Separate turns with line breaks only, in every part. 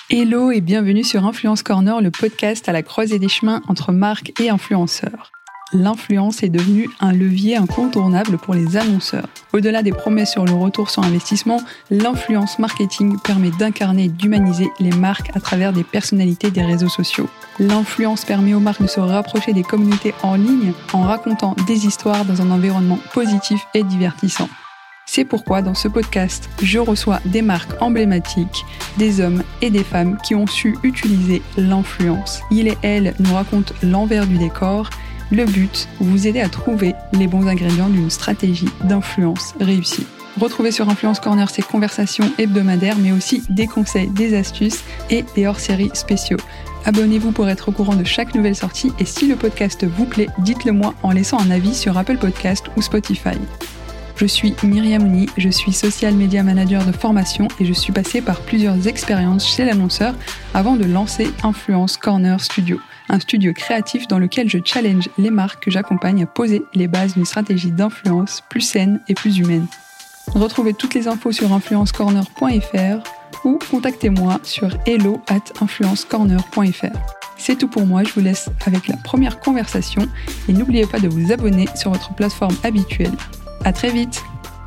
Hello et bienvenue sur Influence Corner, le podcast à la croisée des chemins entre marques et influenceurs. L'influence est devenue un levier incontournable pour les annonceurs. Au-delà des promesses sur le retour sur investissement, l'influence marketing permet d'incarner et d'humaniser les marques à travers des personnalités des réseaux sociaux. L'influence permet aux marques de se rapprocher des communautés en ligne en racontant des histoires dans un environnement positif et divertissant. C'est pourquoi dans ce podcast, je reçois des marques emblématiques, des hommes et des femmes qui ont su utiliser l'influence. Ils et elles nous racontent l'envers du décor. Le but, vous aider à trouver les bons ingrédients d'une stratégie d'influence réussie. Retrouvez sur Influence Corner ces conversations hebdomadaires, mais aussi des conseils, des astuces et des hors-séries spéciaux. Abonnez-vous pour être au courant de chaque nouvelle sortie et si le podcast vous plaît, dites-le moi en laissant un avis sur Apple Podcast ou Spotify. Je suis Myriam Ouni, je suis social media manager de formation et je suis passée par plusieurs expériences chez l'annonceur avant de lancer Influence Corner Studio, un studio créatif dans lequel je challenge les marques que j'accompagne à poser les bases d'une stratégie d'influence plus saine et plus humaine. Retrouvez toutes les infos sur influencecorner.fr ou contactez-moi sur hello@influencecorner.fr. C'est tout pour moi, je vous laisse avec la première conversation et n'oubliez pas de vous abonner sur votre plateforme habituelle. À très vite.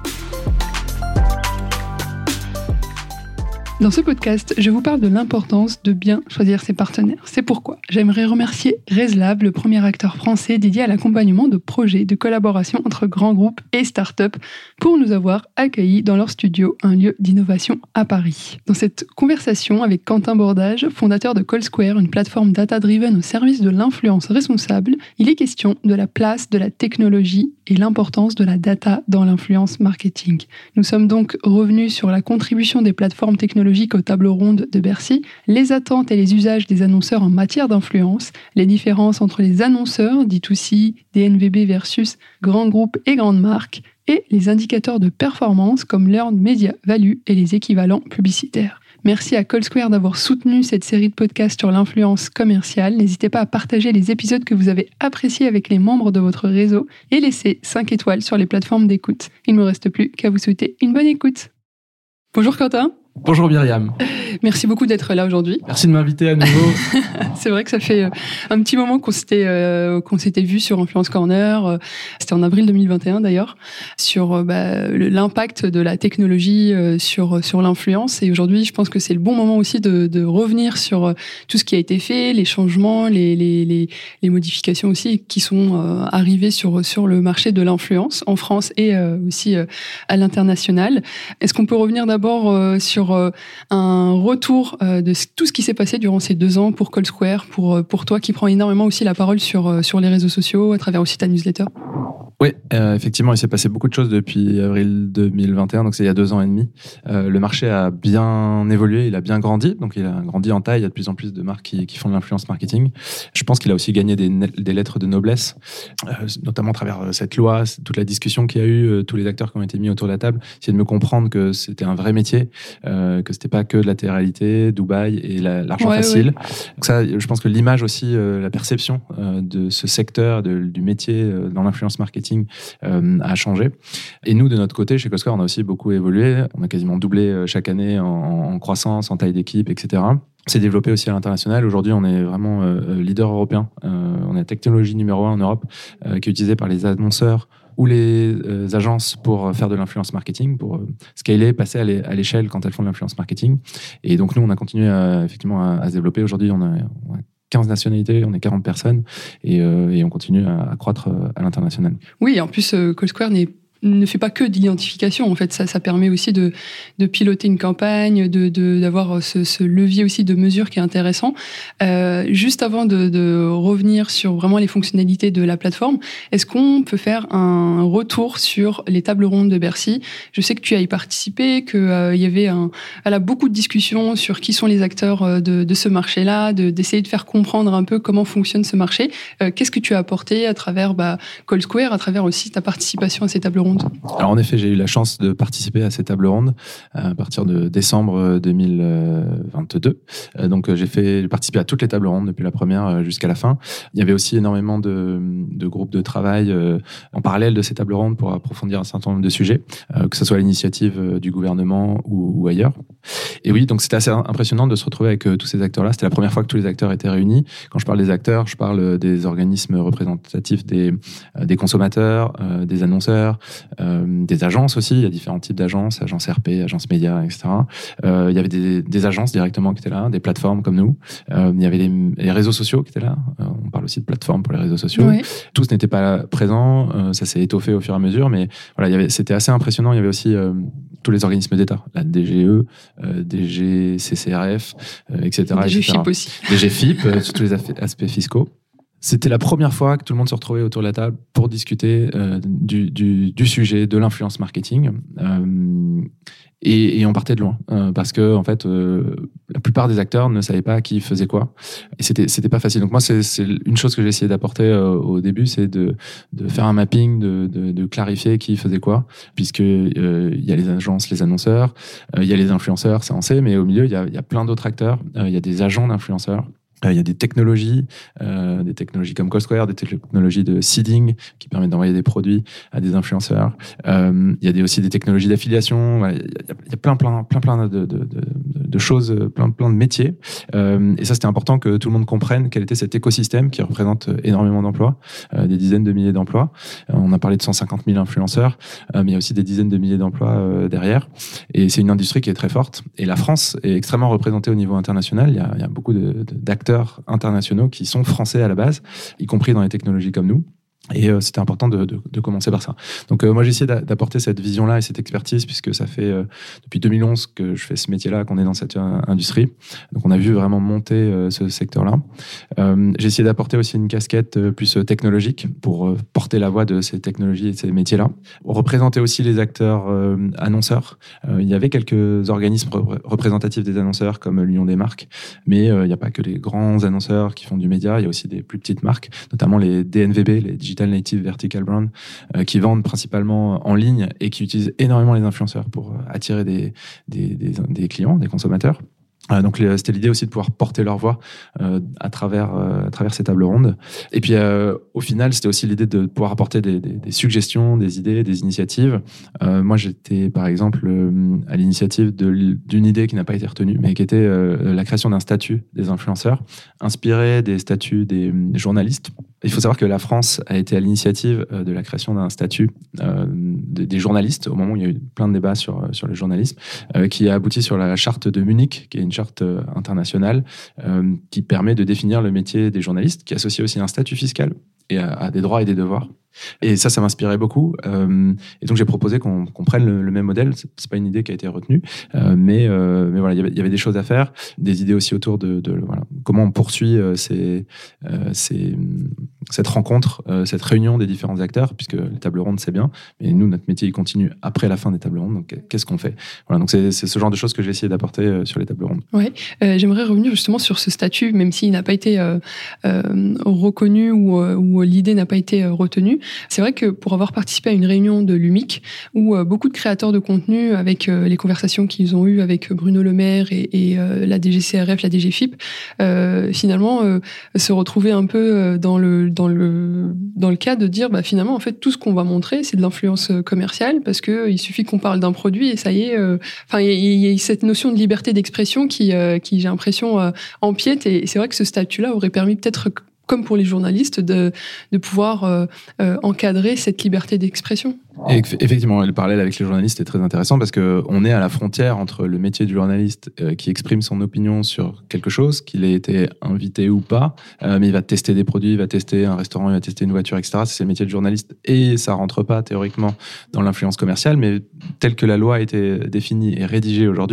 Dans ce podcast, je vous parle de l'importance de bien choisir ses partenaires. C'est pourquoi j'aimerais remercier ResLab, le premier acteur français dédié à l'accompagnement de projets de collaboration entre grands groupes et startups, pour nous avoir accueillis dans leur studio, un lieu d'innovation à Paris. Dans cette conversation avec Quentin Bordage, fondateur de CallSquare, une plateforme data-driven au service de l'influence responsable, il est question de la place de la technologie et l'importance de la data dans l'influence marketing. Nous sommes donc revenus sur la contribution des plateformes technologiques aux tables rondes de Bercy, les attentes et les usages des annonceurs en matière d'influence, les différences entre les annonceurs, D2C, DNVB versus grands groupes et grandes marques, et les indicateurs de performance comme l'Earned Media Value et les équivalents publicitaires. Merci à CallSquare d'avoir soutenu cette série de podcasts sur l'influence commerciale. N'hésitez pas à partager les épisodes que vous avez appréciés avec les membres de votre réseau et laissez 5 étoiles sur les plateformes d'écoute. Il ne me reste plus qu'à vous souhaiter une bonne écoute. Bonjour Quentin.
Bonjour Myriam.
Merci beaucoup d'être là aujourd'hui.
Merci de m'inviter à nouveau.
C'est vrai que ça fait un petit moment qu'on s'était vu sur Influence Corner. C'était en avril 2021 d'ailleurs, sur l'impact de la technologie sur l'influence. Et aujourd'hui, je pense que c'est le bon moment aussi de revenir sur tout ce qui a été fait, les changements, les modifications aussi qui sont arrivées sur le marché de l'influence en France et aussi à l'international. Est-ce qu'on peut revenir d'abord sur un retour de tout ce qui s'est passé durant ces 2 ans pour CallSquare, pour toi qui prends énormément aussi la parole sur les réseaux sociaux, à travers aussi ta newsletter?
Oui, effectivement, il s'est passé beaucoup de choses depuis avril 2021, donc c'est il y a 2 ans et demi. Le marché a bien évolué, il a bien grandi, donc il a grandi en taille, il y a de plus en plus de marques qui font de l'influence marketing. Je pense qu'il a aussi gagné des lettres de noblesse, notamment à travers cette loi, toute la discussion qu'il y a eu, tous les acteurs qui ont été mis autour de la table, essayer de me comprendre que c'était un vrai métier, que c'était pas que de la télé-réalité, Dubaï et l'argent facile. Ouais. Donc ça, je pense que l'image aussi, la perception de ce secteur, du métier dans l'influence marketing a changé. Et nous, de notre côté, chez CallSquare, on a aussi beaucoup évolué. On a quasiment doublé chaque année en croissance, en taille d'équipe, etc. C'est développé aussi à l'international. Aujourd'hui, on est vraiment leader européen. On est la technologie numéro 1 en Europe, qui est utilisée par les annonceurs ou les agences pour faire de l'influence marketing, pour scaler, passer à l'échelle quand elles font de l'influence marketing. Et donc, nous, on a continué effectivement à se développer. Aujourd'hui, on a 15 nationalités, on est 40 personnes et on continue à croître à l'international.
Oui, en plus, CallSquare ne fait pas que d'identification. En fait, ça permet aussi de piloter une campagne, d'avoir ce levier aussi de mesure qui est intéressant. Juste avant de revenir sur vraiment les fonctionnalités de la plateforme, est-ce qu'on peut faire un retour sur les tables rondes de Bercy? Je sais que tu as y participé, qu'il y avait beaucoup de discussions sur qui sont les acteurs de ce marché-là, d'essayer de faire comprendre un peu comment fonctionne ce marché. Qu'est-ce que tu as apporté à travers CallSquare, à travers aussi ta participation à ces tables rondes? rondes?
Alors en effet, j'ai eu la chance de participer à ces tables rondes à partir de décembre 2022. Donc j'ai participé à toutes les tables rondes depuis la première jusqu'à la fin. Il y avait aussi énormément de groupes de travail en parallèle de ces tables rondes pour approfondir un certain nombre de sujets, que ce soit à l'initiative du gouvernement ou ailleurs. Et oui, donc c'était assez impressionnant de se retrouver avec tous ces acteurs-là. C'était la première fois que tous les acteurs étaient réunis. Quand je parle des acteurs, je parle des organismes représentatifs des consommateurs, des annonceurs, des agences aussi. Il y a différents types d'agences, agences RP, agences médias, etc. Il y avait des agences directement qui étaient là, des plateformes comme nous. Il y avait les réseaux sociaux qui étaient là. On parle aussi de plateformes pour les réseaux sociaux.
Ouais.
Tous n'étaient pas présents. Ça s'est étoffé au fur et à mesure, mais voilà, c'était assez impressionnant. Il y avait aussi tous les organismes d'État, la DGE, DGCCRF, etc.
DGFIP aussi.
DGFIP, sur tous les aspects fiscaux. C'était la première fois que tout le monde se retrouvait autour de la table pour discuter du sujet de l'influence marketing. Et on partait de loin parce que en fait la plupart des acteurs ne savaient pas qui faisait quoi et c'était pas facile. Donc moi c'est une chose que j'ai essayé d'apporter au début, c'est de faire un mapping, de clarifier qui faisait quoi, puisque il y a les agences, les annonceurs, il y a les influenceurs, ça on sait, mais au milieu il y a plein d'autres acteurs, il y a des agents d'influenceurs. Il y a des technologies comme CallSquare, des technologies de seeding qui permettent d'envoyer des produits à des influenceurs. Il y a aussi des technologies d'affiliation. Voilà, il y a plein de choses, plein de métiers. Et ça, c'était important que tout le monde comprenne quel était cet écosystème qui représente énormément d'emplois, des dizaines de milliers d'emplois. On a parlé de 150 000 influenceurs, mais il y a aussi des dizaines de milliers d'emplois derrière. Et c'est une industrie qui est très forte. Et la France est extrêmement représentée au niveau international. Il y a beaucoup d'acteurs internationaux qui sont français à la base, y compris dans les technologies comme nous. Et c'était important de commencer par ça. Donc moi, j'ai essayé d'apporter cette vision-là et cette expertise, puisque ça fait depuis 2011 que je fais ce métier-là, qu'on est dans cette industrie. Donc on a vu vraiment monter ce secteur-là. J'ai essayé d'apporter aussi une casquette plus technologique pour porter la voix de ces technologies et de ces métiers-là. On représentait aussi les acteurs annonceurs. Il y avait quelques organismes représentatifs des annonceurs, comme l'Union des marques, mais il n'y a pas que les grands annonceurs qui font du média, il y a aussi des plus petites marques, notamment les DNVB, les Digital Native Vertical Brand, qui vendent principalement en ligne et qui utilisent énormément les influenceurs pour attirer des clients, des consommateurs. Donc c'était l'idée aussi de pouvoir porter leur voix à travers ces tables rondes. Et puis au final, c'était aussi l'idée de pouvoir apporter des suggestions, des idées, des initiatives. Moi, j'étais par exemple à l'initiative d'une idée qui n'a pas été retenue, mais qui était la création d'un statut des influenceurs, inspiré des statuts des journalistes. Il faut savoir que la France a été à l'initiative de la création d'un statut des journalistes, au moment où il y a eu plein de débats sur le journalisme, qui a abouti sur la charte de Munich, qui est une charte internationale qui permet de définir le métier des journalistes, qui associe aussi un statut fiscal et à des droits et des devoirs. Et ça m'inspirait beaucoup. Et donc j'ai proposé qu'on prenne le même modèle. C'est pas une idée qui a été retenue, mais voilà, il y avait des choses à faire, des idées aussi autour de voilà, comment on poursuit cette rencontre, cette réunion des différents acteurs, puisque les tables rondes c'est bien, mais nous notre métier il continue après la fin des tables rondes. Donc qu'est-ce qu'on fait? Voilà, donc c'est ce genre de choses que j'ai essayé d'apporter sur les tables rondes.
Ouais, j'aimerais revenir justement sur ce statut, même s'il n'a pas été reconnu ou l'idée n'a pas été retenue. C'est vrai que pour avoir participé à une réunion de l'UMIC, où beaucoup de créateurs de contenu, avec les conversations qu'ils ont eues avec Bruno Le Maire et la DGCRF, la DGFIP, finalement se retrouver un peu dans le cas de dire finalement en fait tout ce qu'on va montrer c'est de l'influence commerciale, parce que il suffit qu'on parle d'un produit et ça y est, il y a cette notion de liberté d'expression qui j'ai l'impression empiète, et c'est vrai que ce statut-là aurait permis peut-être, comme pour les journalistes, de pouvoir encadrer cette liberté d'expression.
Et effectivement, le parallèle avec les journalistes est très intéressant, parce qu'on est à la frontière entre le métier du journaliste qui exprime son opinion sur quelque chose, qu'il ait été invité ou pas, mais il va tester des produits, il va tester un restaurant, il va tester une voiture, etc. C'est le métier de journaliste, et ça rentre pas théoriquement dans l'influence commerciale, mais tel que la loi a été définie et rédigée aujourd'hui,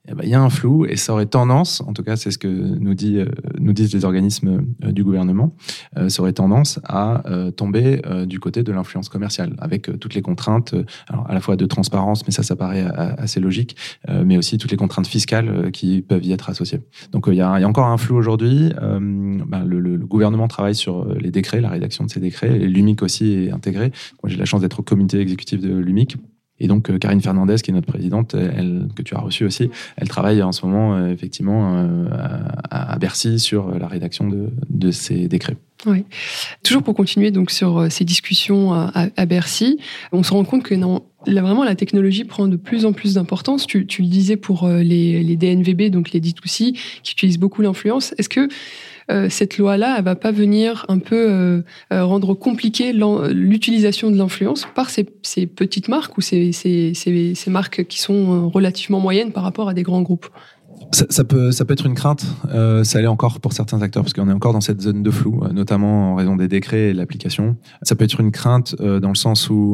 il y a un flou et ça aurait tendance, en tout cas c'est ce que nous disent les organismes du gouvernement, ça aurait tendance à tomber du côté de l'influence commerciale avec toutes les contraintes, alors à la fois de transparence, mais ça paraît assez logique, mais aussi toutes les contraintes fiscales qui peuvent y être associées. Donc il y a encore un flou aujourd'hui. Le gouvernement travaille sur les décrets, la rédaction de ces décrets, et l'UMIC aussi est intégré. Moi j'ai la chance d'être au comité exécutif de l'UMIC. Et donc, Karine Fernandez, qui est notre présidente, que tu as reçue aussi, elle travaille en ce moment, effectivement, à Bercy sur la rédaction de ces décrets.
Oui. Toujours pour continuer donc sur ces discussions à Bercy, on se rend compte que vraiment la technologie prend de plus en plus d'importance. Tu le disais pour les DNVB, donc les D2C, qui utilisent beaucoup l'influence. Est-ce que cette loi-là, elle va pas venir un peu rendre compliqué l'utilisation de l'influence par ces petites marques ou ces marques qui sont relativement moyennes par rapport à des grands groupes?
Ça peut être une crainte, ça l'est encore pour certains acteurs, parce qu'on est encore dans cette zone de flou, notamment en raison des décrets et de l'application. Ça peut être une crainte dans le sens où,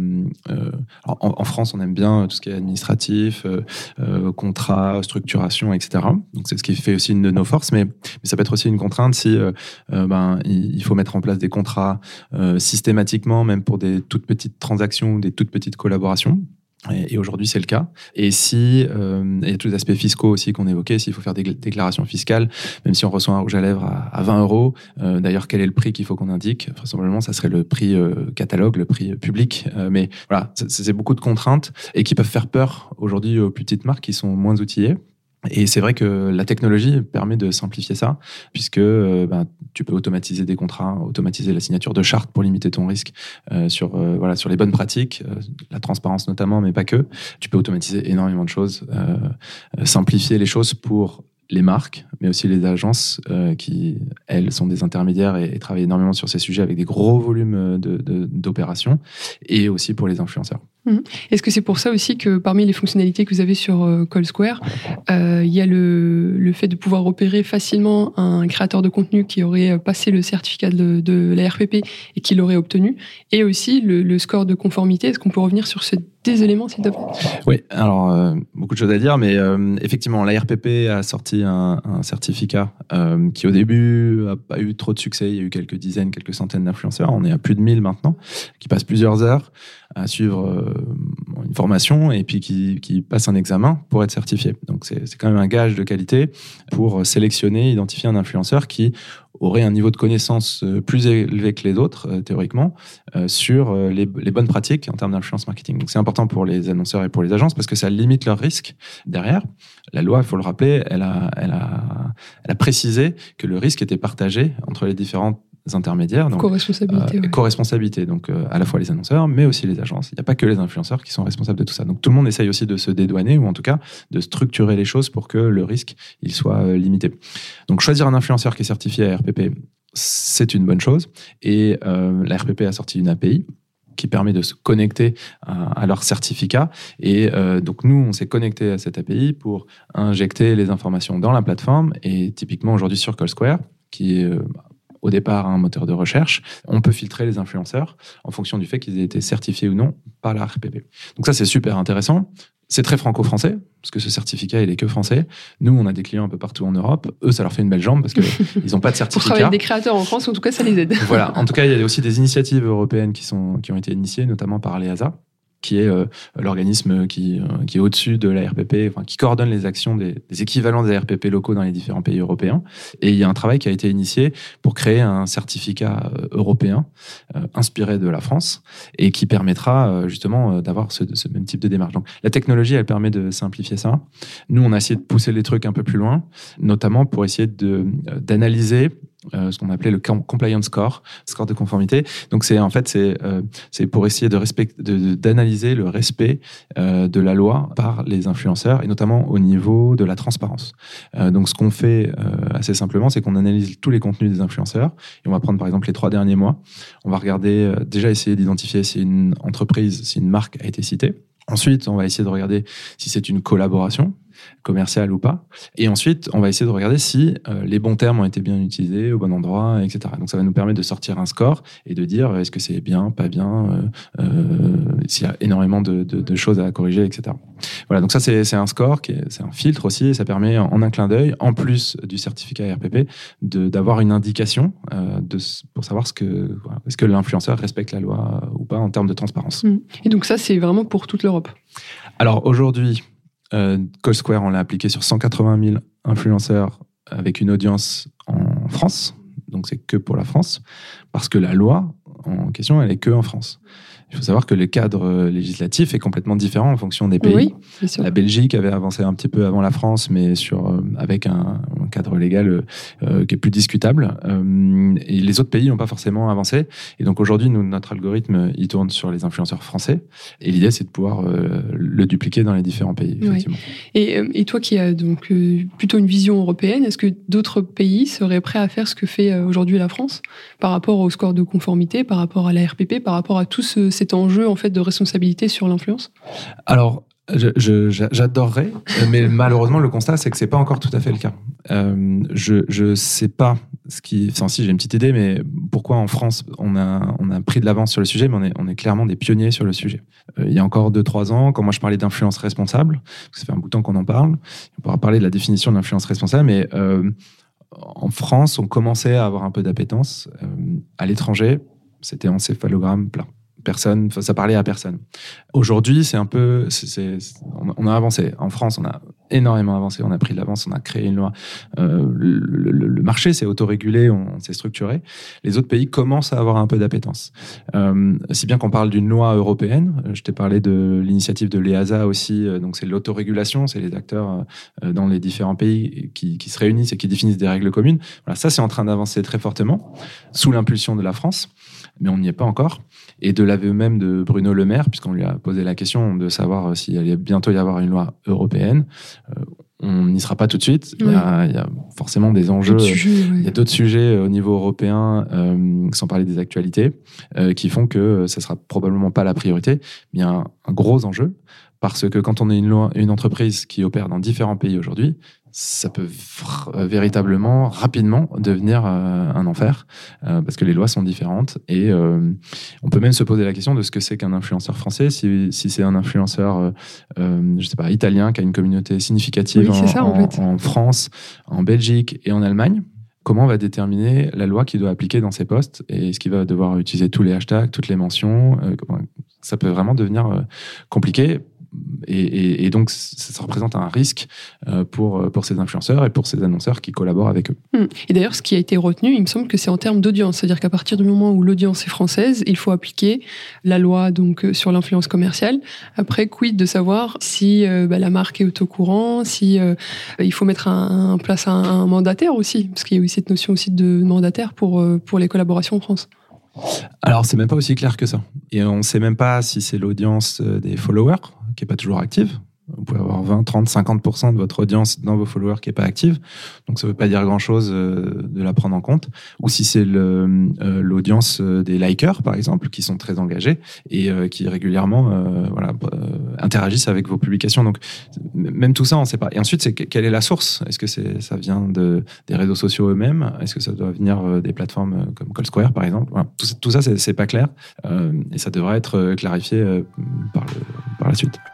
en France, on aime bien tout ce qui est administratif, contrat, structuration, etc. Donc c'est ce qui fait aussi une de nos forces, mais ça peut être aussi une contrainte si il faut mettre en place des contrats systématiquement, même pour des toutes petites transactions ou des toutes petites collaborations. Et aujourd'hui, c'est le cas. Et si il y a tous les aspects fiscaux aussi qu'on évoquait, s'il faut faire des déclarations fiscales, même si on reçoit un rouge à lèvres à 20 €, d'ailleurs, quel est le prix qu'il faut qu'on indique? Vraisemblablement, ça serait le prix catalogue, le prix public. Mais voilà, c'est beaucoup de contraintes et qui peuvent faire peur aujourd'hui aux plus petites marques qui sont moins outillées. Et c'est vrai que la technologie permet de simplifier ça, puisque tu peux automatiser des contrats, automatiser la signature de chartes pour limiter ton risque sur les bonnes pratiques, la transparence notamment, mais pas que. Tu peux automatiser énormément de choses, simplifier les choses pour les marques, mais aussi les agences qui, elles, sont des intermédiaires et travaillent énormément sur ces sujets avec des gros volumes d'opérations, et aussi pour les influenceurs.
Est-ce que c'est pour ça aussi que parmi les fonctionnalités que vous avez sur CallSquare, il y a le fait de pouvoir opérer facilement un créateur de contenu qui aurait passé le certificat de la RPP et qui l'aurait obtenu, et aussi le score de conformité? Est-ce qu'on peut revenir sur ces deux éléments, s'il te plaît?
Oui, alors beaucoup de choses à dire, mais effectivement, la RPP a sorti un certificat qui au début n'a pas eu trop de succès. Il y a eu quelques dizaines, quelques centaines d'influenceurs. On est à plus de 1000 maintenant, qui passent plusieurs heures à suivre une formation et puis qui passent un examen pour être certifié. Donc c'est quand même un gage de qualité pour sélectionner, identifier un influenceur qui aurait un niveau de connaissance plus élevé que les autres, théoriquement, sur les bonnes pratiques en termes d'influence marketing. Donc c'est important pour les annonceurs et pour les agences parce que ça limite leurs risques derrière. La loi, il faut le rappeler, elle a précisé que le risque était partagé entre les différents intermédiaires. Donc, co-responsabilité, donc à la fois les annonceurs, mais aussi les agences. Il n'y a pas que les influenceurs qui sont responsables de tout ça. Donc tout le monde essaye aussi de se dédouaner, ou en tout cas de structurer les choses pour que le risque il soit limité. Donc choisir un influenceur qui est certifié à RPP, c'est une bonne chose. Et la RPP a sorti une API qui permet de se connecter à leur certificat. Et donc, nous, on s'est connecté à cette API pour injecter les informations dans la plateforme. Et typiquement, aujourd'hui, sur CallSquare, qui est au départ un moteur de recherche, on peut filtrer les influenceurs en fonction du fait qu'ils aient été certifiés ou non par la RPP. Donc ça, c'est super intéressant. C'est très franco-français, parce que ce certificat, il est que français. Nous, on a des clients un peu partout en Europe. Eux, ça leur fait une belle jambe, parce qu'ils n'ont pas de certificat.
Pour travailler avec des créateurs en France, en tout cas, ça les aide.
Voilà. En tout cas, il y a aussi des initiatives européennes qui ont été initiées, notamment par l'EASA, qui est l'organisme qui est au-dessus de la RPP, enfin, qui coordonne les actions des équivalents des RPP locaux dans les différents pays européens. Et il y a un travail qui a été initié pour créer un certificat européen inspiré de la France et qui permettra justement d'avoir ce même type de démarche. Donc la technologie, elle permet de simplifier ça. Nous, on a essayé de pousser les trucs un peu plus loin, notamment pour essayer d'analyser ce qu'on appelait le compliance score de conformité. Donc c'est pour essayer d'analyser le respect de la loi par les influenceurs et notamment au niveau de la transparence. Donc ce qu'on fait assez simplement, c'est qu'on analyse tous les contenus des influenceurs et on va prendre par exemple les 3 derniers mois. On va regarder, déjà essayer d'identifier si une entreprise, si une marque a été citée. Ensuite, on va essayer de regarder si c'est une collaboration. commercial ou pas. Et ensuite, on va essayer de regarder si les bons termes ont été bien utilisés au bon endroit, etc. Donc ça va nous permettre de sortir un score et de dire est-ce que c'est bien, pas bien, s'il y a énormément de choses à corriger, etc. Voilà, donc ça c'est un score, c'est un filtre aussi, et ça permet en un clin d'œil, en plus du certificat RPP, d'avoir une indication pour savoir est-ce que l'influenceur respecte la loi ou pas en termes de transparence.
Et donc ça, c'est vraiment pour toute l'Europe?
Alors aujourd'hui, CallSquare, on l'a appliqué sur 180 000 influenceurs avec une audience en France. Donc c'est que pour la France, parce que la loi en question, elle est que en France. Il faut savoir que le cadre législatif est complètement différent en fonction des pays.
Oui, bien sûr.
La Belgique avait avancé un petit peu avant la France, mais avec un cadre légal qui est plus discutable. Et les autres pays n'ont pas forcément avancé. Et donc aujourd'hui, notre algorithme, il tourne sur les influenceurs français. Et l'idée, c'est de pouvoir le dupliquer dans les différents pays, effectivement.
Ouais. Et toi qui as donc plutôt une vision européenne, est-ce que d'autres pays seraient prêts à faire ce que fait aujourd'hui la France par rapport au score de conformité, par rapport à la RPP, par rapport à tout cet enjeu en fait de responsabilité sur l'influence?
Alors, j'adorerais, mais malheureusement le constat c'est que c'est pas encore tout à fait le cas. Je sais pas si j'ai une petite idée, mais pourquoi en France on a pris de l'avance sur le sujet, mais on est clairement des pionniers sur le sujet. Il y a encore 2-3 ans, quand moi je parlais d'influence responsable, ça fait un bout de temps qu'on en parle, on pourra parler de la définition de l'influence responsable, mais en France on commençait à avoir un peu d'appétence. À l'étranger, c'était encéphalogramme plein. Personne, ça parlait à personne. Aujourd'hui, c'est un peu, on a avancé. En France, on a énormément avancé. On a pris de l'avance, on a créé une loi. Le marché s'est autorégulé, on s'est structuré. Les autres pays commencent à avoir un peu d'appétence. Si bien qu'on parle d'une loi européenne. Je t'ai parlé de l'initiative de l'EASA aussi. Donc c'est l'autorégulation, c'est les acteurs dans les différents pays qui se réunissent et qui définissent des règles communes. Voilà, ça c'est en train d'avancer très fortement sous l'impulsion de la France, mais on n'y est pas encore. Et de l'aveu même de Bruno Le Maire, puisqu'on lui a posé la question de savoir s'il allait bientôt y avoir une loi européenne. On n'y sera pas tout de suite. Oui. Il y a forcément des enjeux. Il y a d'autres sujets au niveau européen, sans parler des actualités, qui font que ça ne sera probablement pas la priorité. Mais il y a un gros enjeu, parce que quand on est une entreprise qui opère dans différents pays aujourd'hui, ça peut véritablement, rapidement, devenir un enfer, parce que les lois sont différentes. Et on peut même se poser la question de ce que c'est qu'un influenceur français, si c'est un influenceur, je sais pas, italien, qui a une communauté significative en France, en Belgique et en Allemagne. Comment on va déterminer la loi qu'il doit appliquer dans ses postes? Et est-ce qu'il va devoir utiliser tous les hashtags, toutes les mentions? Ça peut vraiment devenir compliqué. Et donc, ça représente un risque pour ces influenceurs et pour ces annonceurs qui collaborent avec eux.
Et d'ailleurs, ce qui a été retenu, il me semble que c'est en termes d'audience. C'est-à-dire qu'à partir du moment où l'audience est française, il faut appliquer la loi donc, sur l'influence commerciale. Après, quid de savoir si la marque est au courant, si il faut mettre en place un mandataire aussi, parce qu'il y a aussi cette notion aussi de mandataire pour les collaborations en France.
Alors, c'est même pas aussi clair que ça. Et on sait même pas si c'est l'audience des followers, qui est pas toujours active. Vous pouvez avoir 20, 30, 50% de votre audience dans vos followers qui est pas active. Donc, ça veut pas dire grand-chose de la prendre en compte. Ou si c'est l'audience des likers, par exemple, qui sont très engagés et qui régulièrement interagissent avec vos publications. Donc, même tout ça, on sait pas. Et ensuite, quelle est la source? Est-ce que ça vient des réseaux sociaux eux-mêmes? Est-ce que ça doit venir des plateformes comme CallSquare, par exemple? Voilà. Tout ça, c'est pas clair. Et ça devrait être clarifié par la suite.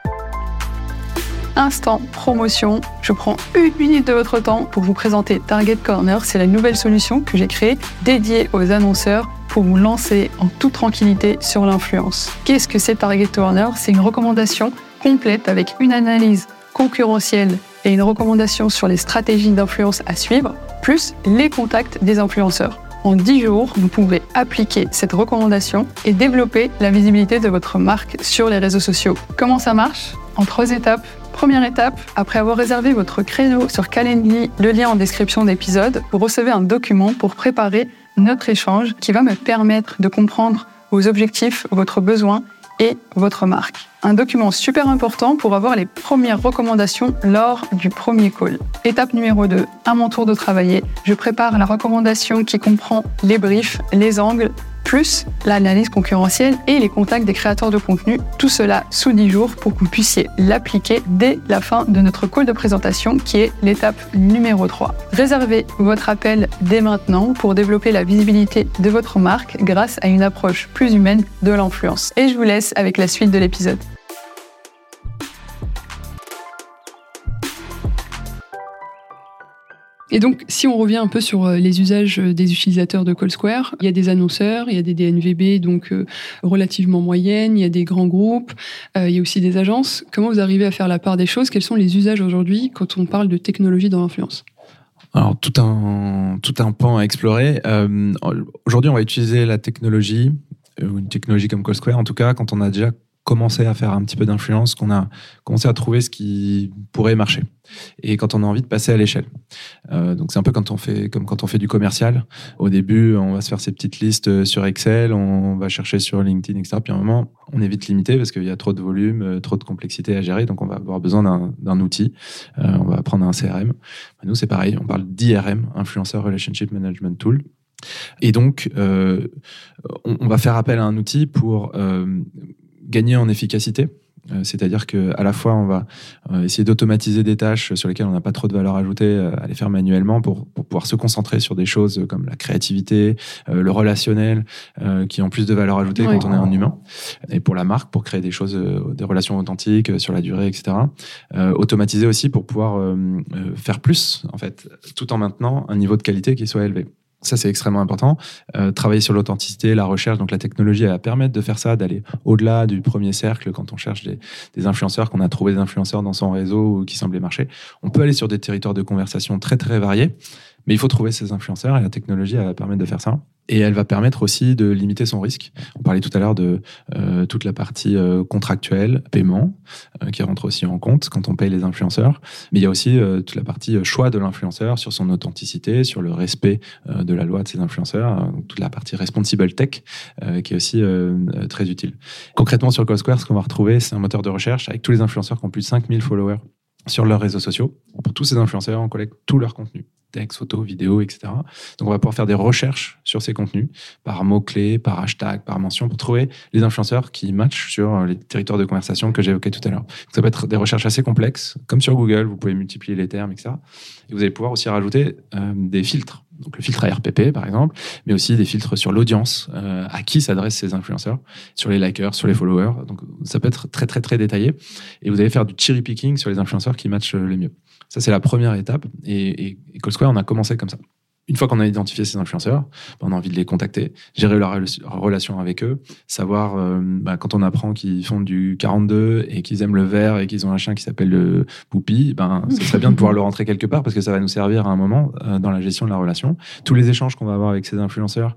Instant promotion, je prends 1 minute de votre temps pour vous présenter Target Corner. C'est la nouvelle solution que j'ai créée dédiée aux annonceurs pour vous lancer en toute tranquillité sur l'influence. Qu'est-ce que c'est Target Corner? C'est une recommandation complète avec une analyse concurrentielle et une recommandation sur les stratégies d'influence à suivre, plus les contacts des influenceurs. En 10 jours, vous pouvez appliquer cette recommandation et développer la visibilité de votre marque sur les réseaux sociaux. Comment ça marche? En 3 étapes. Première étape, après avoir réservé votre créneau sur Calendly, le lien en description d'épisode, vous recevez un document pour préparer notre échange qui va me permettre de comprendre vos objectifs, votre besoin et votre marque. Un document super important pour avoir les premières recommandations lors du premier call. Étape numéro 2, à mon tour de travailler, je prépare la recommandation qui comprend les briefs, les angles, plus l'analyse concurrentielle et les contacts des créateurs de contenu. Tout cela sous 10 jours pour que vous puissiez l'appliquer dès la fin de notre call de présentation qui est l'étape numéro 3. Réservez votre appel dès maintenant pour développer la visibilité de votre marque grâce à une approche plus humaine de l'influence. Et je vous laisse avec la suite de l'épisode. Et donc, si on revient un peu sur les usages des utilisateurs de CallSquare, il y a des annonceurs, il y a des DNVB, donc relativement moyennes, il y a des grands groupes, il y a aussi des agences. Comment vous arrivez à faire la part des choses ? Quels sont les usages aujourd'hui quand on parle de technologie dans l'influence ?
Alors, tout un pan à explorer. Aujourd'hui, on va utiliser la technologie, une technologie comme CallSquare, en tout cas, quand on a déjà commencé à faire un petit peu d'influence, qu'on a commencé à trouver ce qui pourrait marcher. Et quand on a envie de passer à l'échelle. Donc c'est un peu quand on fait du commercial. Au début, on va se faire ses petites listes sur Excel, on va chercher sur LinkedIn, etc. Puis à un moment, on est vite limité parce qu'il y a trop de volume, trop de complexité à gérer. Donc on va avoir besoin d'un outil. On va prendre un CRM. Nous, c'est pareil. On parle d'IRM, Influencer Relationship Management Tool. Et donc, on va faire appel à un outil pour gagner en efficacité. C'est-à-dire qu'à la fois, on va essayer d'automatiser des tâches sur lesquelles on n'a pas trop de valeur ajoutée à les faire manuellement pour pouvoir se concentrer sur des choses comme la créativité, le relationnel, qui ont plus de valeur ajoutée quand on est un humain. Et pour la marque, pour créer des choses, des relations authentiques sur la durée, etc. Automatiser aussi pour pouvoir faire plus, en fait, tout en maintenant un niveau de qualité qui soit élevé. Ça, c'est extrêmement important. Travailler sur l'authenticité, la recherche. Donc, la technologie, elle va permettre de faire ça, d'aller au-delà du premier cercle quand on cherche des influenceurs, qu'on a trouvé des influenceurs dans son réseau ou qui semblaient marcher. On peut aller sur des territoires de conversation très, très variés, mais il faut trouver ces influenceurs et la technologie, elle va permettre de faire ça. Et elle va permettre aussi de limiter son risque. On parlait tout à l'heure de toute la partie contractuelle, paiement, qui rentre aussi en compte quand on paye les influenceurs. Mais il y a aussi toute la partie choix de l'influenceur sur son authenticité, sur le respect de la loi de ces influenceurs, toute la partie responsible tech, qui est aussi très utile. Concrètement, sur CallSquare, ce qu'on va retrouver, c'est un moteur de recherche avec tous les influenceurs qui ont plus de 5000 followers sur leurs réseaux sociaux. Pour tous ces influenceurs, on collecte tout leur contenu. Texte, photos, vidéos, etc. Donc, on va pouvoir faire des recherches sur ces contenus par mots-clés, par hashtag, par mention pour trouver les influenceurs qui matchent sur les territoires de conversation que j'évoquais tout à l'heure. Donc, ça peut être des recherches assez complexes, comme sur Google, vous pouvez multiplier les termes, etc. Et vous allez pouvoir aussi rajouter des filtres. Donc, le filtre ARPP, par exemple, mais aussi des filtres sur l'audience, à qui s'adressent ces influenceurs, sur les likers, sur les followers. Donc, ça peut être très, très, très détaillé. Et vous allez faire du cherry picking sur les influenceurs qui matchent le mieux. Ça, c'est la première étape. Et CallSquare, on a commencé comme ça. Une fois qu'on a identifié ces influenceurs, on a envie de les contacter, gérer leur relation avec eux, savoir quand on apprend qu'ils font du 42 et qu'ils aiment le vert et qu'ils ont un chien qui s'appelle le Poupi, ce serait bien de pouvoir le rentrer quelque part parce que ça va nous servir à un moment dans la gestion de la relation. Tous les échanges qu'on va avoir avec ces influenceurs,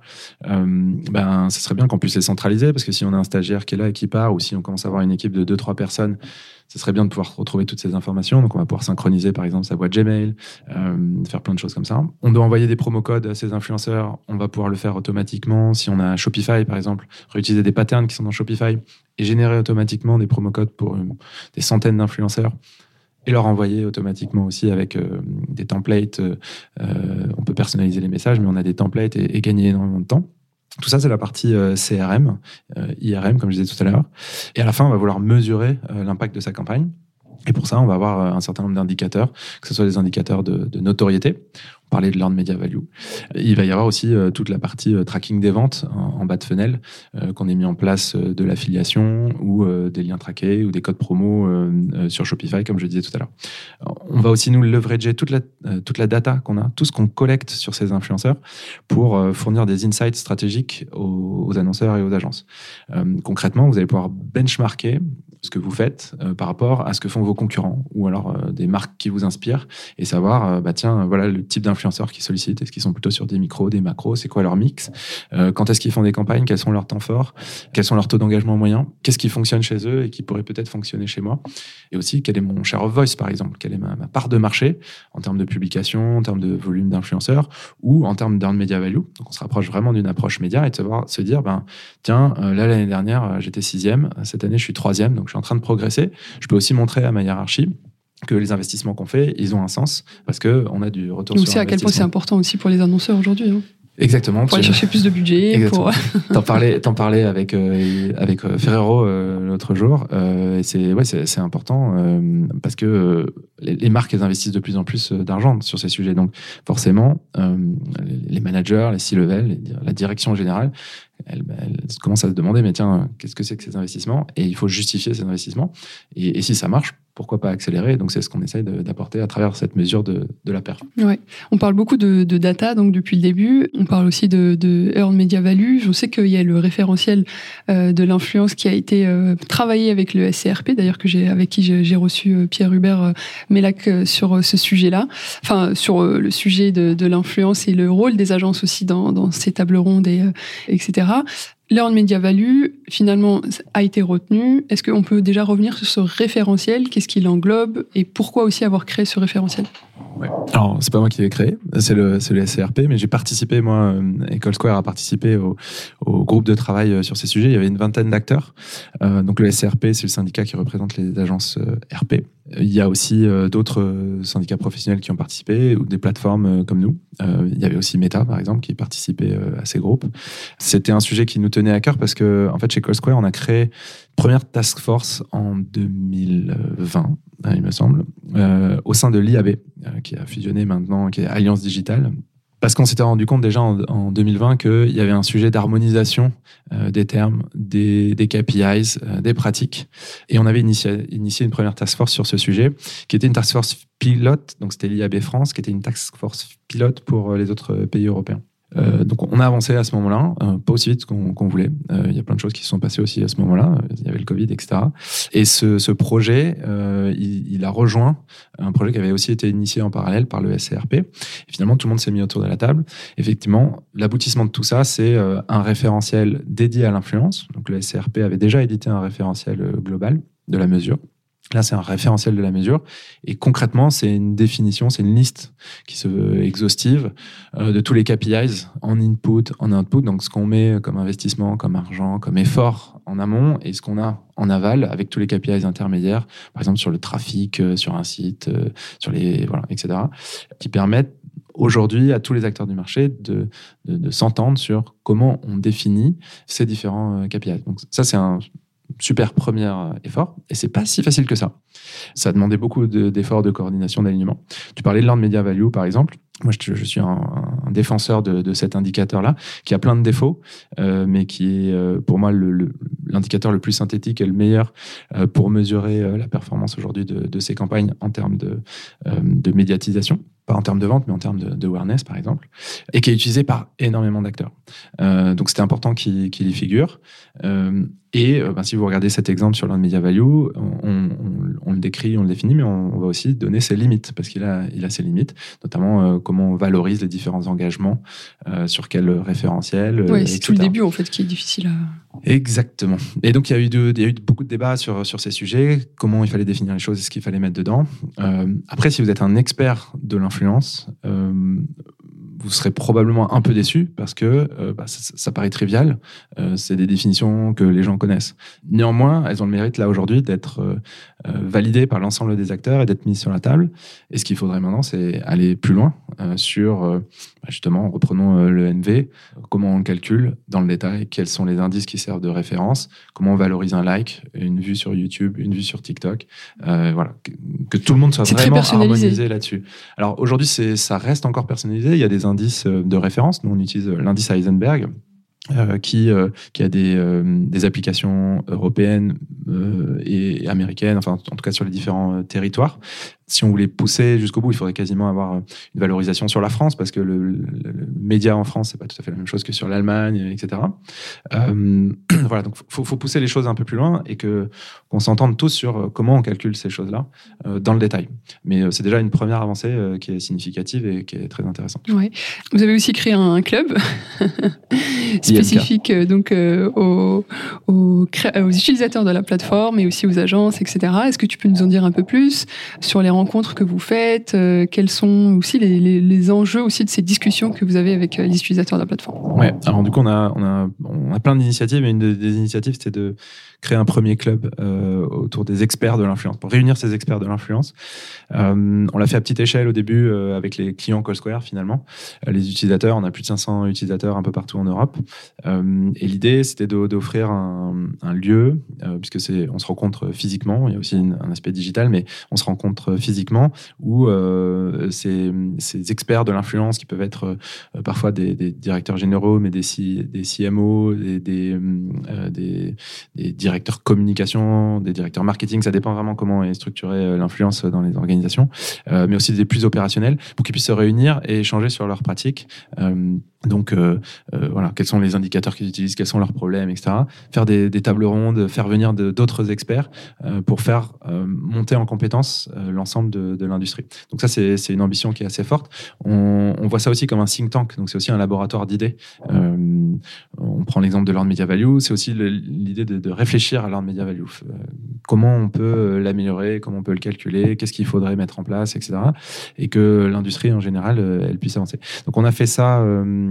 ce serait bien qu'on puisse les centraliser parce que si on a un stagiaire qui est là et qui part ou si on commence à avoir une équipe de 2-3 personnes, ce serait bien de pouvoir retrouver toutes ces informations. Donc, on va pouvoir synchroniser, par exemple, sa boîte Gmail, faire plein de choses comme ça. On doit envoyer des promo-codes à ces influenceurs. On va pouvoir le faire automatiquement. Si on a Shopify, par exemple, réutiliser des patterns qui sont dans Shopify et générer automatiquement des promo-codes pour des centaines d'influenceurs et leur envoyer automatiquement aussi avec des templates. On peut personnaliser les messages, mais on a des templates et gagner énormément de temps. Tout ça, c'est la partie CRM, IRM, comme je disais tout à l'heure. Et à la fin, on va vouloir mesurer l'impact de sa campagne. Et pour ça, on va avoir un certain nombre d'indicateurs, que ce soit des indicateurs de notoriété. On parlait de l'earned media value. Il va y avoir aussi toute la partie tracking des ventes en bas de funnel, qu'on ait mis en place de l'affiliation ou des liens traqués ou des codes promo sur Shopify, comme je disais tout à l'heure. On va aussi nous leverager toute la data qu'on a, tout ce qu'on collecte sur ces influenceurs pour fournir des insights stratégiques aux annonceurs et aux agences. Concrètement, vous allez pouvoir benchmarker ce que vous faites par rapport à ce que font vos concurrents ou alors des marques qui vous inspirent et savoir, voilà le type d'influenceurs qui sollicitent. Est-ce qu'ils sont plutôt sur des micros, des macros? C'est quoi leur mix? Quand est-ce qu'ils font des campagnes? Quels sont leurs temps forts? Quels sont leurs taux d'engagement moyens? Qu'est-ce qui fonctionne chez eux et qui pourrait peut-être fonctionner chez moi? Et aussi, quel est mon share of voice, par exemple? Quelle est ma part de marché en termes de publication, en termes de volume d'influenceurs ou en termes d'earned media value? Donc, on se rapproche vraiment d'une approche média et de se dire, tiens, là, l'année dernière, j'étais 6e. Cette année, je suis 3e. Donc, je suis en train de progresser. Je peux aussi montrer à ma hiérarchie que les investissements qu'on fait, ils ont un sens parce qu'on a du retour sur investissement.
Aussi à quel point c'est important aussi pour les annonceurs aujourd'hui.
Exactement.
Pour aller chercher plus de budget.
T'en parlais avec Ferrero l'autre jour. Et c'est important parce que les marques, elles investissent de plus en plus d'argent sur ces sujets. Donc, forcément, les managers, les C-level, la direction générale, elle commence à se demander, mais tiens, qu'est-ce que c'est que ces investissements? Et il faut justifier ces investissements. Et si ça marche, pourquoi pas accélérer? Donc, c'est ce qu'on essaye d'apporter à travers cette mesure de la perf.
Ouais. On parle beaucoup de data donc depuis le début. On parle aussi de Earned Media Value. Je sais qu'il y a le référentiel de l'influence qui a été travaillé avec le SCRP, d'ailleurs avec qui j'ai reçu Pierre Hubert Mellac sur ce sujet-là. Enfin, sur le sujet de l'influence et le rôle des agences aussi dans ces tables rondes, etc. L'Earned Media Value, finalement, a été retenu. Est-ce qu'on peut déjà revenir sur ce référentiel? Qu'est-ce qu'il englobe? Et pourquoi aussi avoir créé ce référentiel?
Ouais. Alors, c'est pas moi qui l'ai créé, c'est le SCRP, mais j'ai participé, moi, École Square a participé au groupe de travail sur ces sujets. Il y avait une vingtaine d'acteurs. Donc, le SCRP, c'est le syndicat qui représente les agences RP. Il y a aussi d'autres syndicats professionnels qui ont participé, ou des plateformes comme nous. Il y avait aussi Meta, par exemple, qui participait à ces groupes. C'était un sujet qui nous tenait à cœur parce que, en fait, chez École Square, on a créé une première task force en 2020, il me semble, au sein de l'IAB, qui a fusionné maintenant, qui est Alliance Digitale. Parce qu'on s'était rendu compte déjà en 2020 qu'il y avait un sujet d'harmonisation des termes, des KPIs, des pratiques. Et on avait initié une première task force sur ce sujet, qui était une task force pilote, donc c'était l'IAB France, qui était une task force pilote pour les autres pays européens. Donc on a avancé à ce moment-là, pas aussi vite qu'on voulait. Il y a plein de choses qui se sont passées aussi à ce moment-là. Il y avait le Covid, etc. Et ce projet, il a rejoint un projet qui avait aussi été initié en parallèle par le SCRP. Et finalement, tout le monde s'est mis autour de la table. Effectivement, l'aboutissement de tout ça, c'est un référentiel dédié à l'influence. Donc le SCRP avait déjà édité un référentiel global de la mesure. Là, c'est un référentiel de la mesure. Et concrètement, c'est une définition, c'est une liste qui se veut exhaustive de tous les KPIs en input, en output. Donc, ce qu'on met comme investissement, comme argent, comme effort en amont et ce qu'on a en aval avec tous les KPIs intermédiaires, par exemple sur le trafic, sur un site, etc., qui permettent aujourd'hui à tous les acteurs du marché de s'entendre sur comment on définit ces différents KPIs. Donc, ça, c'est un super premier effort, et c'est pas si facile que ça. Ça a demandé beaucoup d'efforts de coordination, d'alignement. Tu parlais de l'Earned Media Value, par exemple. Moi, je suis un défenseur de cet indicateur-là, qui a plein de défauts, mais qui est, pour moi, l'indicateur le plus synthétique et le meilleur pour mesurer la performance aujourd'hui de ces campagnes en termes de médiatisation. Pas en termes de vente, mais en termes de awareness, par exemple, et qui est utilisé par énormément d'acteurs. Donc, c'était important qu'il y figure. Si vous regardez cet exemple sur l'Earned Media Value, on le décrit, on le définit, mais on va aussi donner ses limites, parce qu'il a ses limites, notamment comment on valorise les différents engagements, sur quel référentiel.
Oui, c'est tout le début, en fait, qui est difficile à...
Exactement. Et donc, il y a eu beaucoup de débats sur ces sujets, comment il fallait définir les choses et ce qu'il fallait mettre dedans. Après, si vous êtes un expert de l'influence, vous serez probablement un peu déçu parce que ça paraît trivial. C'est des définitions que les gens connaissent. Néanmoins, elles ont le mérite, là, aujourd'hui, d'être validées par l'ensemble des acteurs et d'être mises sur la table. Et ce qu'il faudrait maintenant, c'est aller plus loin sur, justement, reprenons le NV, comment on le calcule dans le détail, quels sont les indices qui servent de référence, comment on valorise un like, une vue sur YouTube, une vue sur TikTok. Que tout le monde soit vraiment harmonisé là-dessus. Alors aujourd'hui, ça reste encore personnalisé. Il y a des indices de référence. Nous, on utilise l'indice Heisenberg, qui a des applications européennes et américaines, enfin en tout cas sur les différents territoires. Si on voulait pousser jusqu'au bout, il faudrait quasiment avoir une valorisation sur la France, parce que le média en France, c'est pas tout à fait la même chose que sur l'Allemagne, etc. Donc faut pousser les choses un peu plus loin et qu'on s'entende tous sur comment on calcule ces choses-là dans le détail. Mais c'est déjà une première avancée qui est significative et qui est très intéressante.
Ouais. Vous avez aussi créé un club spécifique donc aux aux utilisateurs de la plateforme et aussi aux agences, etc. Est-ce que tu peux nous en dire un peu plus sur les rencontres que vous faites, quels sont aussi les enjeux aussi de ces discussions que vous avez avec les utilisateurs de la plateforme?
Ouais, alors du coup, on a plein d'initiatives, et une des initiatives, c'était de créer un premier club autour des experts de l'influence, pour réunir ces experts de l'influence. On l'a fait à petite échelle au début avec les clients CallSquare, finalement. Les utilisateurs, on a plus de 500 utilisateurs un peu partout en Europe. Et l'idée, c'était d'offrir un lieu, puisque on se rencontre physiquement, il y a aussi un aspect digital, mais on se rencontre physiquement, où ces experts de l'influence, qui peuvent être parfois des directeurs généraux, mais des CMO, des directeurs communication, des directeurs marketing, ça dépend vraiment comment est structurée l'influence dans les organisations, mais aussi des plus opérationnels, pour qu'ils puissent se réunir et échanger sur leurs pratiques. Donc, voilà, quels sont les indicateurs qu'ils utilisent, quels sont leurs problèmes, etc. Faire des tables rondes, faire venir d'autres experts pour faire monter en compétence l'ensemble de l'industrie. Donc ça, c'est une ambition qui est assez forte. On voit ça aussi comme un think tank, donc c'est aussi un laboratoire d'idées. On prend l'exemple de l'Earned Media Value, c'est aussi l'idée de réfléchir à l'Earned Media Value. Comment on peut l'améliorer, comment on peut le calculer, qu'est-ce qu'il faudrait mettre en place, etc. Et que l'industrie en général, elle puisse avancer. Donc on a fait ça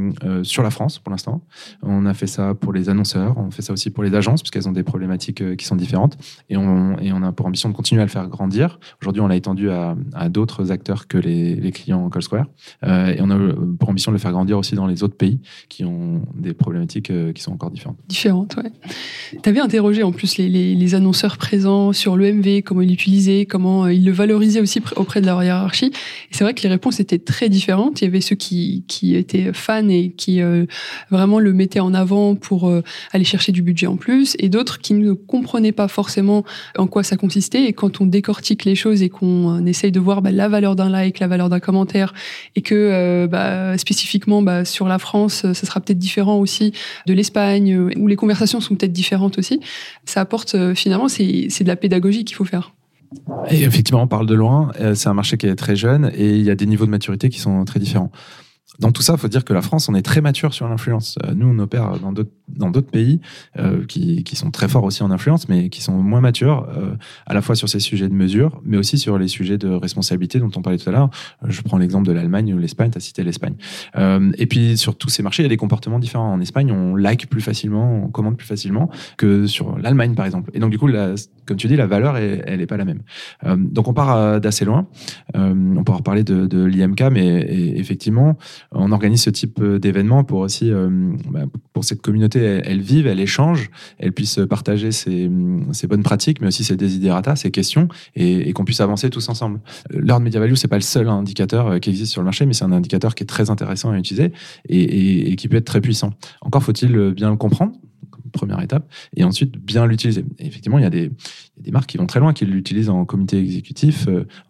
sur la France pour l'instant. On a fait ça pour les annonceurs, on fait ça aussi pour les agences, puisqu'elles ont des problématiques qui sont différentes. Et on a pour ambition de continuer à le faire grandir. Aujourd'hui, on l'a étendu à d'autres acteurs que les clients CallSquare. Et on a pour ambition de le faire grandir aussi dans les autres pays qui ont des problématiques qui sont encore différentes.
Différentes, ouais. Tu avais interrogé en plus les annonceurs présents sur l'EMV, comment ils l'utilisaient, comment ils le valorisaient aussi auprès de leur hiérarchie. Et c'est vrai que les réponses étaient très différentes. Il y avait ceux qui étaient fans et qui vraiment le mettaient en avant pour aller chercher du budget en plus, et d'autres qui ne comprenaient pas forcément en quoi ça consistait. Et quand on décortique les choses et qu'on essaye de voir la valeur d'un like, la valeur d'un commentaire, et que spécifiquement sur la France, ça sera peut-être différent aussi de l'Espagne, où les conversations sont peut-être différentes aussi, ça apporte finalement, c'est de la pédagogie qu'il faut faire.
Et effectivement, on parle de loin, c'est un marché qui est très jeune et il y a des niveaux de maturité qui sont très différents. Dans tout ça, il faut dire que la France, on est très mature sur l'influence. Nous, on opère dans d'autres pays qui sont très forts aussi en influence, mais qui sont moins matures, à la fois sur ces sujets de mesure, mais aussi sur les sujets de responsabilité dont on parlait tout à l'heure. Je prends l'exemple de l'Allemagne ou l'Espagne, tu as cité l'Espagne. Et puis, sur tous ces marchés, il y a des comportements différents. En Espagne, on like plus facilement, on commande plus facilement que sur l'Allemagne, par exemple. Et donc, du coup, comme tu dis, la valeur, elle n'est pas la même. Donc, on part d'assez loin. On pourra reparler de l'IMK, mais effectivement, on organise ce type d'événements pour aussi, pour cette communauté, elle vive, elle échange, elle puisse partager ses bonnes pratiques, mais aussi ses desiderata, ses questions, et qu'on puisse avancer tous ensemble. L'Earned Media Value, c'est pas le seul indicateur qui existe sur le marché, mais c'est un indicateur qui est très intéressant à utiliser et qui peut être très puissant. Encore faut-il bien le comprendre, première étape, et ensuite bien l'utiliser. Et effectivement, il y a des marques qui vont très loin, qui l'utilisent en comité exécutif,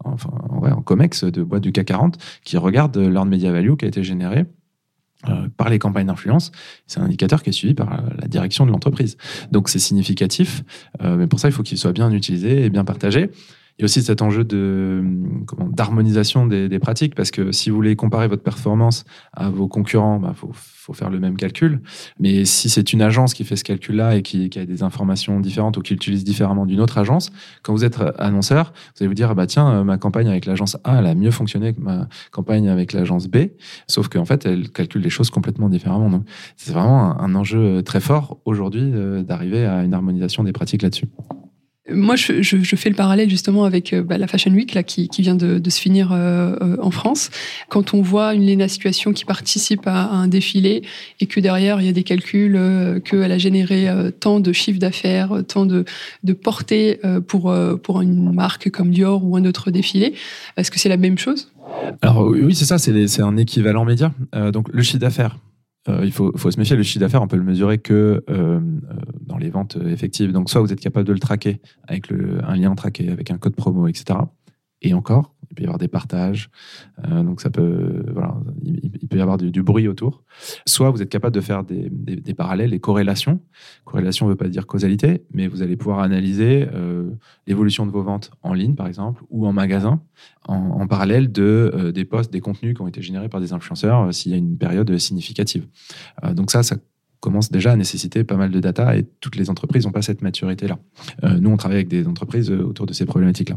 en COMEX de boîtes du CAC 40, qui regardent l'Earned Media Value qui a été généré par les campagnes d'influence. C'est un indicateur qui est suivi par la direction de l'entreprise. Donc c'est significatif, mais pour ça, il faut qu'il soit bien utilisé et bien partagé. Il y a aussi cet enjeu d'harmonisation des pratiques, parce que si vous voulez comparer votre performance à vos concurrents, faut faire le même calcul. Mais si c'est une agence qui fait ce calcul-là et qui a des informations différentes ou qui l'utilise différemment d'une autre agence, quand vous êtes annonceur, vous allez vous dire tiens, ma campagne avec l'agence A, elle a mieux fonctionné que ma campagne avec l'agence B, sauf qu'en fait, elle calcule les choses complètement différemment. Donc, c'est vraiment un enjeu très fort aujourd'hui d'arriver à une harmonisation des pratiques là-dessus.
Moi, je fais le parallèle justement avec la Fashion Week là, qui vient de se finir en France. Quand on voit une Léna Situation qui participe à un défilé et que derrière, il y a des calculs, qu'elle a généré tant de chiffre d'affaires, tant de portée pour une marque comme Dior ou un autre défilé, est-ce que c'est la même chose ?
Alors oui, c'est ça, c'est un équivalent média. Donc le chiffre d'affaires. Il faut se méfier, le chiffre d'affaires, on peut le mesurer que dans les ventes effectives. Donc, soit vous êtes capable de le traquer avec un lien traqué, avec un code promo, etc. Et encore, il peut y avoir des partages. Donc, ça peut, il peut y avoir du bruit autour. Soit vous êtes capable de faire des parallèles, des corrélations. Corrélation ne veut pas dire causalité, mais vous allez pouvoir analyser l'évolution de vos ventes en ligne, par exemple, ou en magasin, en parallèle de des posts, des contenus qui ont été générés par des influenceurs s'il y a une période significative. Donc ça commence déjà à nécessiter pas mal de data et toutes les entreprises n'ont pas cette maturité-là. Nous, on travaille avec des entreprises autour de ces problématiques-là.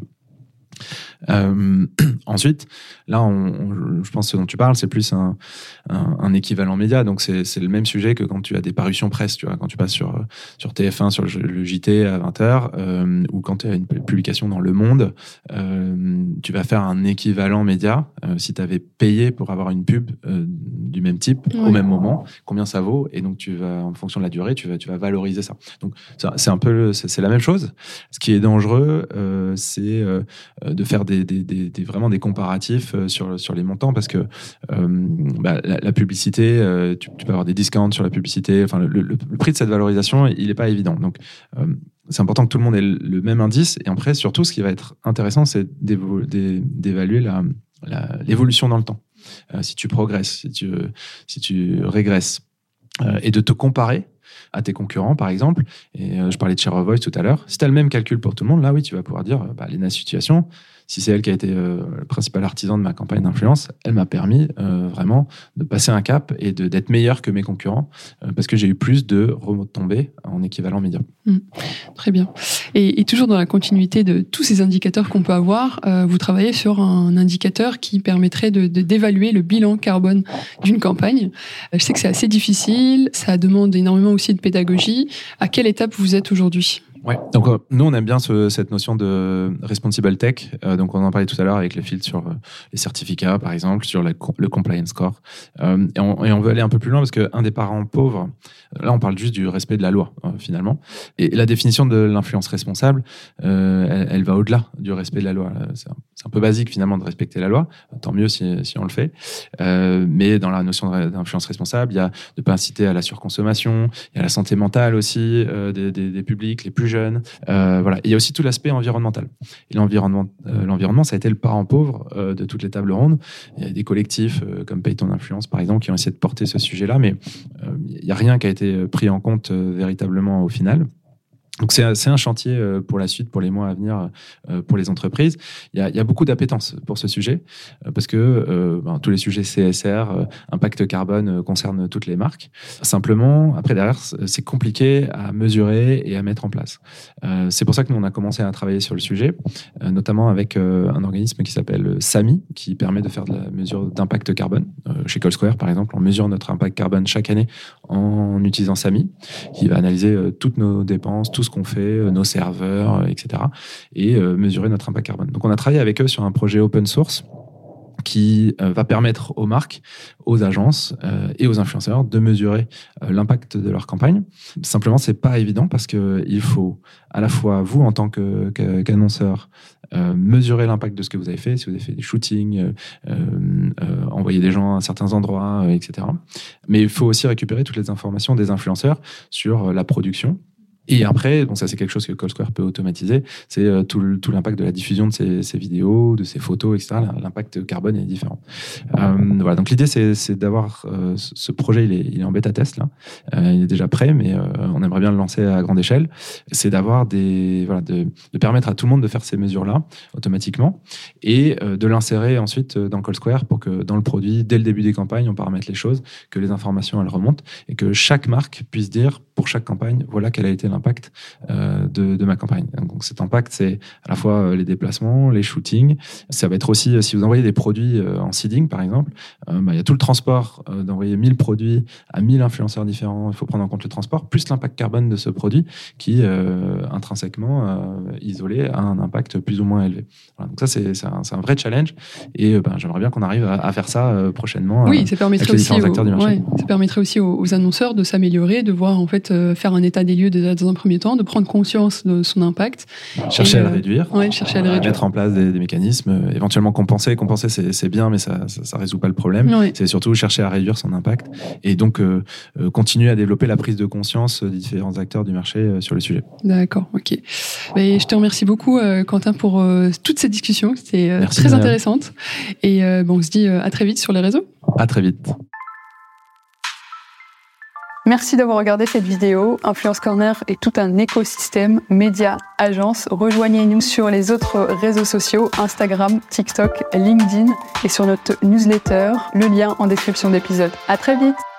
Ensuite, là, je pense que ce dont tu parles, c'est plus un équivalent média. Donc, c'est le même sujet que quand tu as des parutions presse, tu vois, quand tu passes sur TF1, sur le JT à 20h, ou quand tu as une publication dans Le Monde, tu vas faire un équivalent média. Si tu avais payé pour avoir une pub du même type, au même moment, combien ça vaut, et donc tu vas, en fonction de la durée, tu vas valoriser ça. Donc, c'est un peu, c'est la même chose. Ce qui est dangereux, c'est de faire vraiment des comparatifs sur les montants, parce que la publicité, tu peux avoir des discounts sur la publicité. Enfin, le prix de cette valorisation, il n'est pas évident. Donc, c'est important que tout le monde ait le même indice. Et après, surtout, ce qui va être intéressant, c'est d'évaluer l'évolution dans le temps. Si tu progresses, si tu régresses, et de te comparer à tes concurrents, par exemple. Et je parlais de Share of Voice tout à l'heure. Si tu as le même calcul pour tout le monde, là, oui, tu vas pouvoir dire, Léna Situation, si c'est elle qui a été le principal artisan de ma campagne d'influence, elle m'a permis vraiment de passer un cap et d'être meilleur que mes concurrents, parce que j'ai eu plus de retombées en équivalent média.
Très bien. Et toujours dans la continuité de tous ces indicateurs qu'on peut avoir, vous travaillez sur un indicateur qui permettrait d'évaluer le bilan carbone d'une campagne. Je sais que c'est assez difficile, ça demande énormément aussi de pédagogie. À quelle étape vous êtes aujourd'hui ?
Ouais. Donc nous on aime bien cette notion de responsible tech. Donc on en parlait tout à l'heure avec les filtres sur les certificats, par exemple, sur le compliance score. Et on veut aller un peu plus loin, parce qu'un des parents pauvres, là on parle juste du respect de la loi finalement. Et la définition de l'influence responsable, elle va au-delà du respect de la loi. C'est un peu basique finalement de respecter la loi. Tant mieux si on le fait. Mais dans la notion d'influence responsable, il y a de ne pas inciter à la surconsommation, il y a la santé mentale aussi des publics les plus jeunes. Voilà. Il y a aussi tout l'aspect environnemental. Et l'environnement, ça a été le parent pauvre de toutes les tables rondes. Il y a des collectifs comme Paye ton influence, par exemple, qui ont essayé de porter ce sujet-là, mais il n'y a rien qui a été pris en compte véritablement au final. Donc c'est un chantier pour la suite, pour les mois à venir, pour les entreprises. Il y a beaucoup d'appétence pour ce sujet, parce que tous les sujets CSR, impact carbone concernent toutes les marques. Simplement, après derrière, c'est compliqué à mesurer et à mettre en place. C'est pour ça que nous on a commencé à travailler sur le sujet, notamment avec un organisme qui s'appelle SAMI, qui permet de faire de la mesure d'impact carbone. Chez CallSquare, par exemple, on mesure notre impact carbone chaque année en utilisant SAMI, qui va analyser toutes nos dépenses, tout ce qu'on fait, nos serveurs, etc. et mesurer notre impact carbone. Donc on a travaillé avec eux sur un projet open source qui va permettre aux marques, aux agences et aux influenceurs de mesurer l'impact de leur campagne. Simplement, c'est pas évident, parce qu'il faut à la fois, vous, en tant qu'annonceur, mesurer l'impact de ce que vous avez fait, si vous avez fait des shootings, envoyer des gens à certains endroits, etc. Mais il faut aussi récupérer toutes les informations des influenceurs sur la production. Et après, donc ça c'est quelque chose que CallSquare peut automatiser, c'est tout l'impact de la diffusion de ces vidéos, de ces photos, etc. L'impact carbone est différent. Voilà, donc l'idée c'est d'avoir ce projet, il est en bêta test là, il est déjà prêt, mais on aimerait bien le lancer à grande échelle. C'est d'avoir de permettre à tout le monde de faire ces mesures-là automatiquement, et de l'insérer ensuite dans CallSquare pour que dans le produit, dès le début des campagnes, on paramètre les choses, que les informations elles remontent, et que chaque marque puisse dire pour chaque campagne, voilà quel a été l'impact de ma campagne. Donc cet impact, c'est à la fois les déplacements, les shootings. Ça va être aussi, si vous envoyez des produits en seeding, par exemple, il y a tout le transport d'envoyer 1000 produits à 1000 influenceurs différents. Il faut prendre en compte le transport, plus l'impact carbone de ce produit qui, intrinsèquement, isolé, a un impact plus ou moins élevé. Voilà, donc ça, c'est un vrai challenge. Et j'aimerais bien qu'on arrive à faire ça prochainement.
Oui, ça permettrait
avec les différents acteurs du marché.
Ouais, ça permettrait aussi aux annonceurs de s'améliorer, de voir en fait faire un état des lieux dans un premier temps, de prendre conscience de son impact.
Chercher à le réduire.
Ouais, chercher à le réduire.
Mettre en place des mécanismes, éventuellement compenser. Compenser, c'est bien, mais ça résout pas le problème.
Ouais.
C'est surtout chercher à réduire son impact, et donc continuer à développer la prise de conscience des différents acteurs du marché sur le sujet.
D'accord, ok. Mais je te remercie beaucoup, Quentin, pour toute cette discussion. C'était très
Myriam.
intéressante. Et on se dit à très vite sur les réseaux.
À très vite.
Merci d'avoir regardé cette vidéo. Influence Corner est tout un écosystème, médias, agences. Rejoignez-nous sur les autres réseaux sociaux, Instagram, TikTok, LinkedIn, et sur notre newsletter, le lien en description d'épisode. À très vite!